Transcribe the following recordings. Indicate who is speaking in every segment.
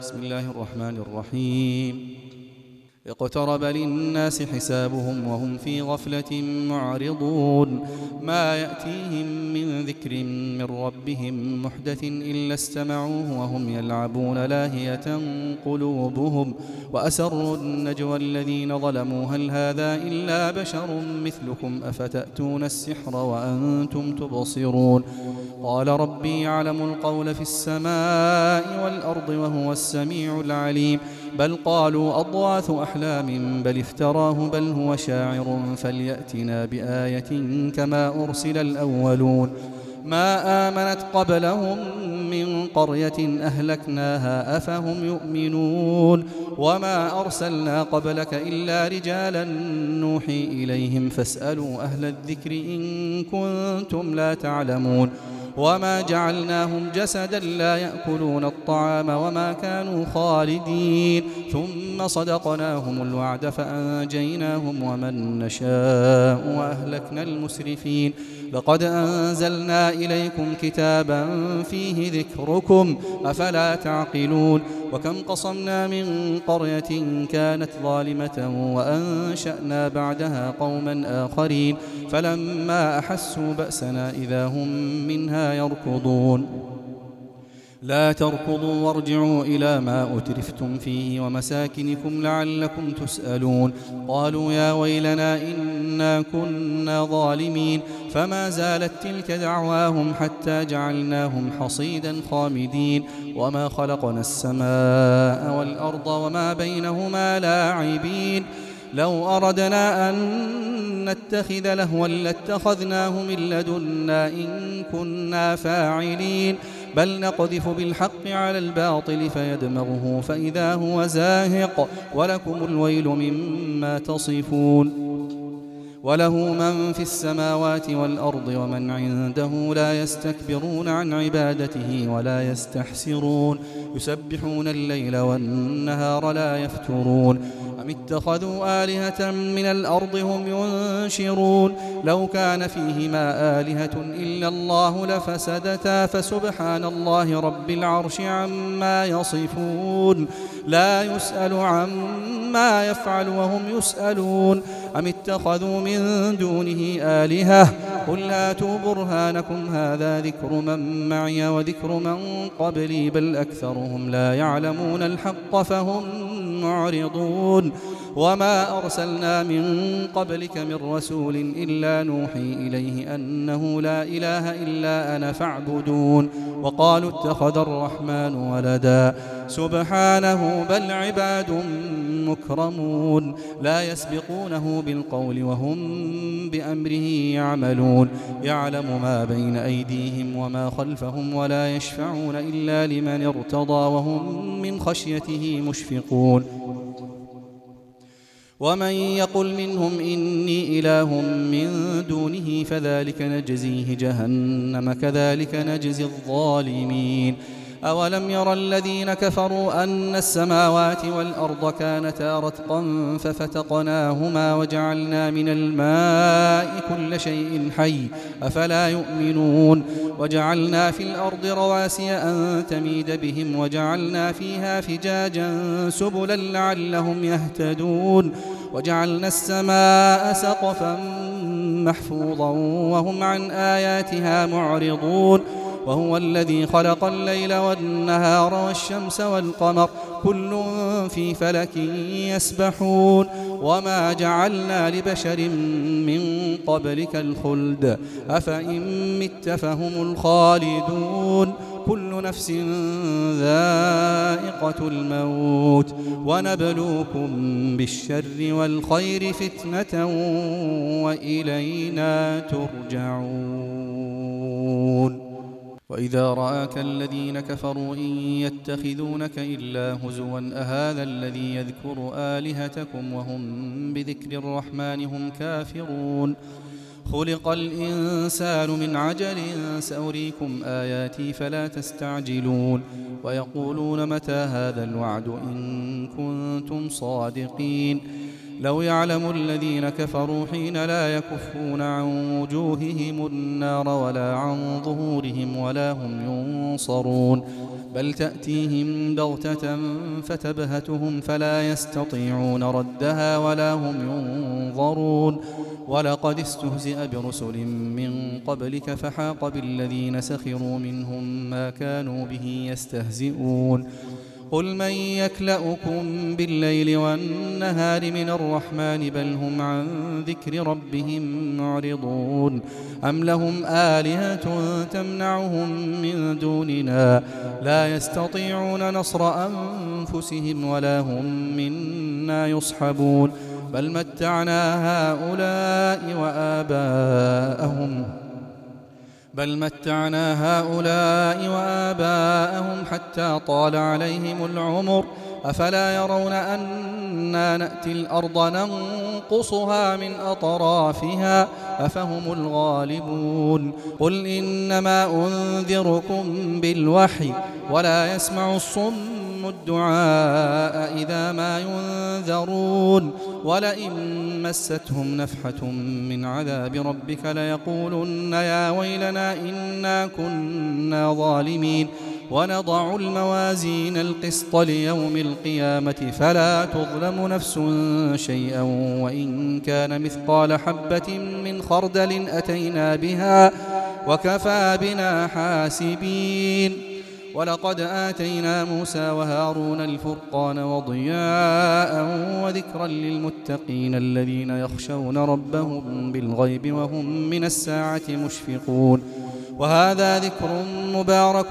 Speaker 1: بسم الله الرحمن الرحيم. اقترب للناس حسابهم وهم في غفلة معرضون. ما يأتيهم من ذكر من ربهم محدث إلا استمعوه وهم يلعبون لاهية قلوبهم وأسروا النجوى الذين ظلموا هل هذا إلا بشر مثلكم أفتأتون السحر وأنتم تبصرون. قال ربي يعلم القول في السماء والأرض وهو السميع العليم. بل قالوا أضغاث أحلام بل افتراه بل هو شاعر فليأتنا بآية كما أرسل الأولون. ما آمنت قبلهم من قرية أهلكناها أفهم يؤمنون. وما أرسلنا قبلك إلا رجالا نوحي إليهم فاسألوا أهل الذكر إن كنتم لا تعلمون. وما جعلناهم جسدا لا يأكلون الطعام وما كانوا خالدين ثم صدقناهم الوعد فأنجيناهم ومن نشاء وأهلكنا المسرفين. لقد أنزلنا إليكم كتابا فيه ذكركم أفلا تعقلون. وكم قصمنا من قرية كانت ظالمة وأنشأنا بعدها قوما آخرين فلما أحسوا بأسنا إذا هم منها يركضون. لا تركضوا وارجعوا إلى ما أترفتم فيه ومساكنكم لعلكم تسألون. قالوا يا ويلنا إنا كنا ظالمين. فما زالت تلك دعواهم حتى جعلناهم حصيدا خامدين. وما خلقنا السماء والأرض وما بينهما لاعبين. لو أردنا أن نتخذ لهوا لاتخذناه من لدنا إن كنا فاعلين. بل نقذف بالحق على الباطل فيدمغه فإذا هو زاهق ولكم الويل مما تصفون. وله من في السماوات والأرض ومن عنده لا يستكبرون عن عبادته ولا يستحسرون. يسبحون الليل والنهار لا يفترون. أم اتخذوا آلهة من الأرض هم ينشرون. لو كان فيهما آلهة إلا الله لفسدتا فسبحان الله رب العرش عما يصفون. لا يسأل عما يفعل وهم يسألون. أم اتخذوا من دونه آلهة قل هاتوا برهانكم هذا ذكر من معي وذكر من قبلي بل أكثرهم لا يعلمون الحق فهم معرضون. وما أرسلنا من قبلك من رسول إلا نوحي إليه أنه لا إله إلا أنا فاعبدون. وقالوا اتخذ الرحمن ولدا سبحانه بل عباد مكرمون لا يسبقونه بالقول وهم بأمره يعملون. يعلم ما بين أيديهم وما خلفهم ولا يشفعون إلا لمن ارتضى وهم من خشيته مشفقون. ومن يقل منهم إني إله من دونه فذلك نجزيه جهنم كذلك نجزي الظالمين. أولم ير الذين كفروا أن السماوات والأرض كانتا رتقا ففتقناهما وجعلنا من الماء كل شيء حي أفلا يؤمنون. وجعلنا في الأرض رواسي أن تميد بهم وجعلنا فيها فجاجا سبلا لعلهم يهتدون. وجعلنا السماء سقفا محفوظا وهم عن آياتها معرضون. وهو الذي خلق الليل والنهار والشمس والقمر كل في فلك يسبحون. وما جعلنا لبشر من قبلك الخلد أفإن مت فهم الخالدون. كل نفس ذائقة الموت ونبلوكم بالشر والخير فتنة وإلينا ترجعون. وإذا رآك الذين كفروا إن يتخذونك إلا هزوا أهذا الذي يذكر آلهتكم وهم بذكر الرحمن هم كافرون. خلق الإنسان من عجل سأريكم آياتي فلا تستعجلون. ويقولون متى هذا الوعد إن كنتم صادقين. لو يعلم الذين كفروا حين لا يكفون عن وجوههم النار ولا عن ظهورهم ولا هم ينصرون. بل تأتيهم بغتة فتبهتهم فلا يستطيعون ردها ولا هم ينظرون ولقد استهزئ برسل من قبلك فحاق بالذين سخروا منهم ما كانوا به يستهزئون قل من يكلؤكم بالليل والنهار من الرحمن بل هم عن ذكر ربهم معرضون أم لهم آلهة تمنعهم من دوننا لا يستطيعون نصر أنفسهم ولا هم منا يصحبون بل متعنا هؤلاء وآباءهم حتى طال عليهم العمر أفلا يرون أنا نأتي الأرض ننقصها من أطرافها أفهم الغالبون قل إنما أنذركم بالوحي ولا يسمع الصم الدعاء إذا ما ينذرون ولئن مستهم نفحة من عذاب ربك ليقولن يا ويلنا إنا كنا ظالمين ونضع الموازين القسط ليوم القيامة فلا تظلم نفس شيئا وإن كان مثقال حبة من خردل أتينا بها وكفى بنا حاسبين ولقد آتينا موسى وهارون الفرقان وضياء وذكرا للمتقين الذين يخشون ربهم بالغيب وهم من الساعة مشفقون وهذا ذكر مبارك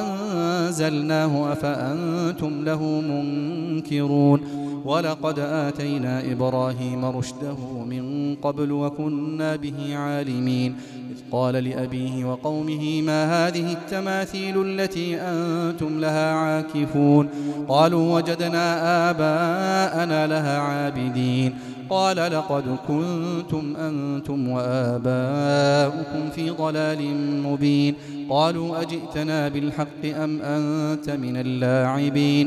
Speaker 1: أنزلناه أفأنتم له منكرون ولقد آتينا إبراهيم رشده من قبل وكنا به عالمين إذ قال لأبيه وقومه ما هذه التماثيل التي أنتم لها عاكفون قالوا وجدنا آباءنا لها عابدين قال لقد كنتم أنتم وآباؤكم في ضلال مبين قالوا أجئتنا بالحق أم أنت من اللاعبين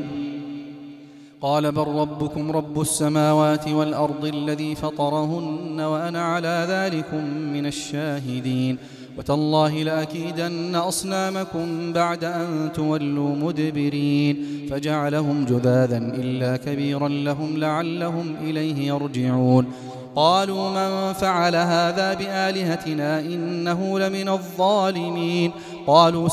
Speaker 1: قال بل ربكم رب السماوات والأرض الذي فطرهن وأنا على ذلكم من الشاهدين وتالله لأكيدن أصنامكم بعد أن تولوا مدبرين فجعلهم جذاذا إلا كبيرا لهم لعلهم إليه يرجعون قالوا من فعل هذا بآلهتنا إنه لمن الظالمين قالوا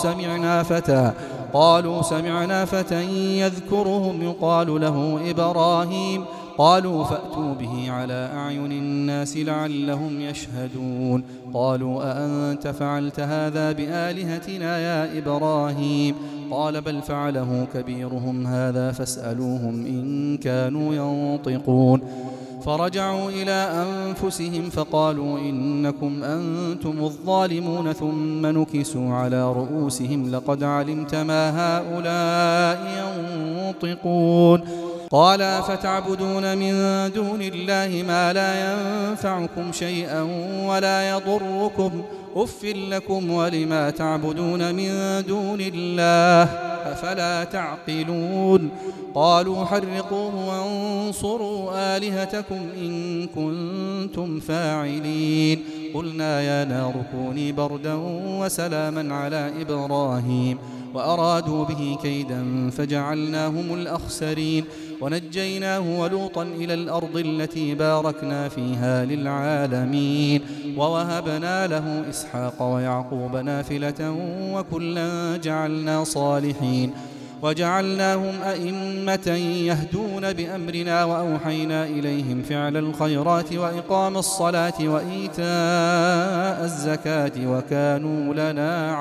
Speaker 1: سمعنا فتى يذكرهم يقال له إبراهيم قالوا فأتوا به على أعين الناس لعلهم يشهدون قالوا أأنت فعلت هذا بآلهتنا يا إبراهيم قال بل فعله كبيرهم هذا فاسألوهم إن كانوا ينطقون فرجعوا إلى أنفسهم فقالوا إنكم أنتم الظالمون ثم نكسوا على رؤوسهم لقد علمت ما هؤلاء ينطقون قال فتعبدون من دون الله ما لا ينفعكم شيئا ولا يضركم أف لكم ولما تعبدون من دون الله أفلا تعقلون قالوا حرقوه وانصروا آلهتكم إن كنتم فاعلين قلنا يا نار كوني بردا وسلاما على إبراهيم وأرادوا به كيدا فجعلناهم الأخسرين ونجيناه ولوطا إلى الأرض التي باركنا فيها للعالمين ووهبنا له إسحاق ويعقوب نافلة وكلا جعلنا صالحين وجعلناهم أئمة يهدون بأمرنا وأوحينا إليهم فعل الخيرات وإقام الصلاة وإيتاء الزكاة وكانوا لنا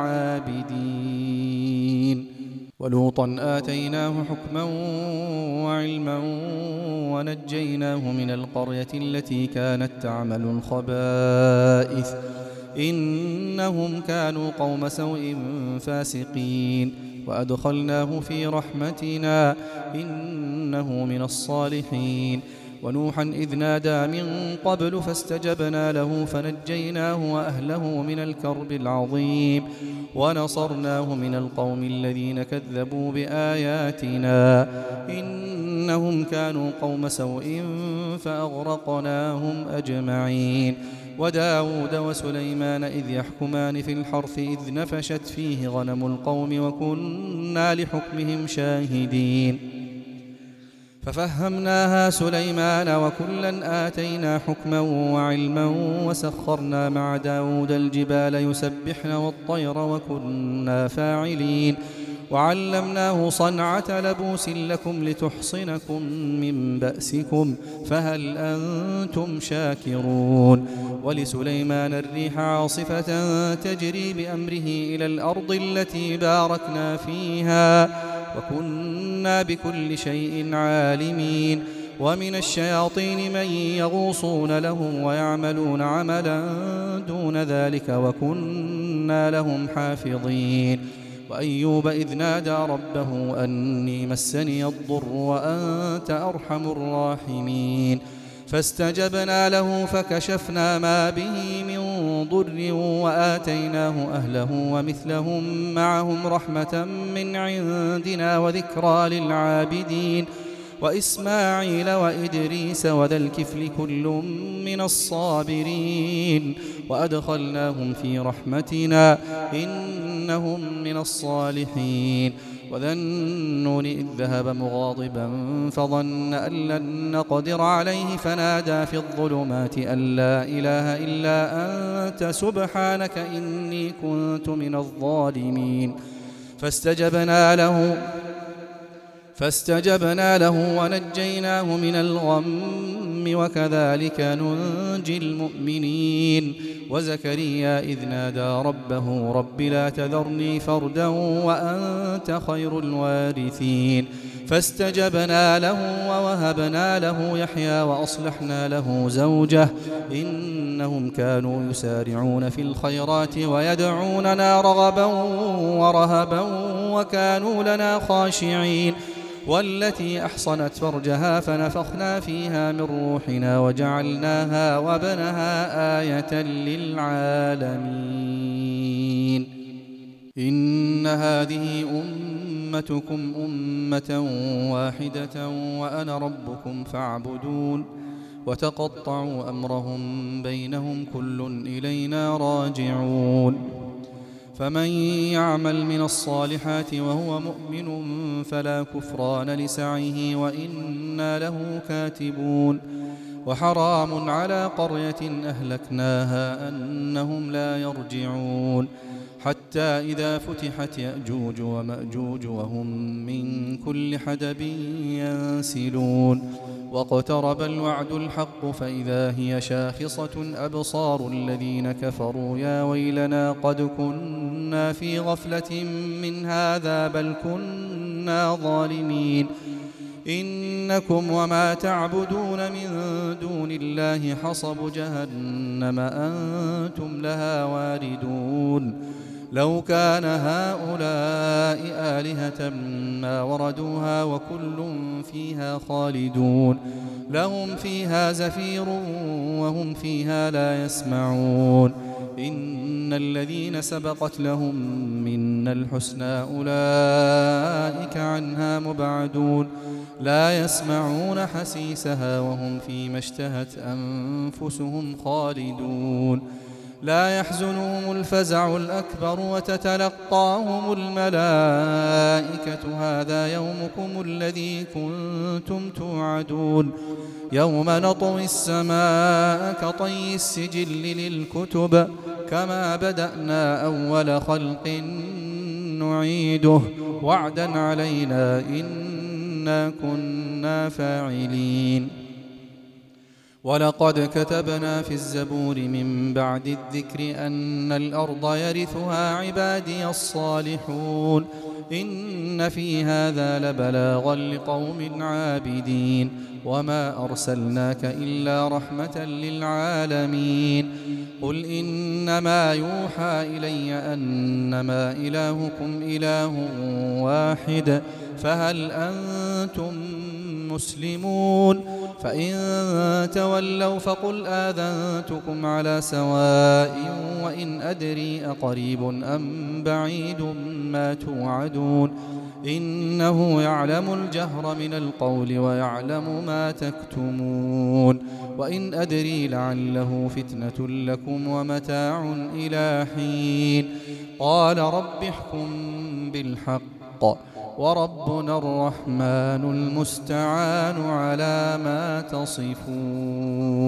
Speaker 1: عابدين ولوطا آتيناه حكما وعلما ونجيناه من القرية التي كانت تعمل الخبائث إنهم كانوا قوم سوء فاسقين وأدخلناه في رحمتنا إنه من الصالحين ونوحا إذ نادى من قبل فاستجبنا له فنجيناه وأهله من الكرب العظيم ونصرناه من القوم الذين كذبوا بآياتنا إنهم كانوا قوم سوء فأغرقناهم أجمعين وداود وسليمان إذ يحكمان في الحرث إذ نفشت فيه غنم القوم وكنا لحكمهم شاهدين ففهمناها سليمان وكلا آتينا حكما وعلما وسخرنا مع داود الجبال يسبحن والطير وكنا فاعلين وعلمناه صنعة لبوس لكم لتحصنكم من بأسكم فهل أنتم شاكرون ولسليمان الريح عاصفة تجري بأمره إلى الأرض التي باركنا فيها وكنا بكل شيء عالمين ومن الشياطين من يغوصون له ويعملون عملا دون ذلك وكنا لهم حافظين وأيوب إذ نادى ربه أني مسني الضر وأنت أرحم الراحمين فاستجبنا له فكشفنا ما به من ضر وآتيناه أهله ومثلهم معهم رحمة من عندنا وذكرى للعابدين وإسماعيل وإدريس وذا الكفل كل من الصابرين وأدخلناهم في رحمتنا إنهم من الصالحين وذا النون إذ ذهب مغاضبا فظن أن لن نقدر عليه فنادى في الظلمات أن لا إله إلا أنت سبحانك إني كنت من الظالمين فاستجبنا له ونجيناه من الغم وكذلك ننجي المؤمنين وزكريا إذ نادى ربه رب لا تذرني فردا وأنت خير الوارثين فاستجبنا له ووهبنا له يحيى وأصلحنا له زوجه إنهم كانوا يسارعون في الخيرات ويدعوننا رغبا ورهبا وكانوا لنا خاشعين والتي أحصنت فرجها فنفخنا فيها من روحنا وجعلناها وابنها آية للعالمين إن هذه أمتكم أمة واحدة وأنا ربكم فاعبدون وتقطعوا أمرهم بينهم كل إلينا راجعون فمن يعمل من الصالحات وهو مؤمن فلا كفران لسعيه وإنا له كاتبون وحرام على قرية أهلكناها أنهم لا يرجعون حتى إذا فتحت يأجوج ومأجوج وهم من كل حدب ينسلون واقترب الوعد الحق فإذا هي شاخصة أبصار الذين كفروا يا ويلنا قد كنا في غفلة من هذا بل كنا ظالمين إنكم وما تعبدون من دون الله حصب جهنم أنتم لها واردون لو كان هؤلاء آلهة ما وردوها وكل فيها خالدون لهم فيها زفير وهم فيها لا يسمعون إن الذين سبقت لهم منا الحسنى أولئك عنها مبعدون لا يسمعون حسيسها وهم فيما اشتهت أنفسهم خالدون لا يحزنهم الفزع الأكبر وتتلقاهم الملائكة هذا يومكم الذي كنتم توعدون يوم نطوي السماء كطي السجل للكتب كما بدأنا أول خلق نعيده وعدا علينا إنا كنا فاعلين ولقد كتبنا في الزبور من بعد الذكر أن الأرض يرثها عبادي الصالحون إن في هذا لبلاغا لقوم عابدين وما أرسلناك إلا رحمة للعالمين قل إنما يوحى إلي أنما إلهكم إله واحد فهل أنتم مسلمون فإن تولوا فقل آذنتكم على سواء وإن أدري أقريب أم بعيد ما توعدون إنه يعلم الجهر من القول ويعلم ما تكتمون وإن أدري لعله فتنة لكم ومتاع إلى حين قال رب احكم بالحق وربنا الرحمن المستعان على ما تصفون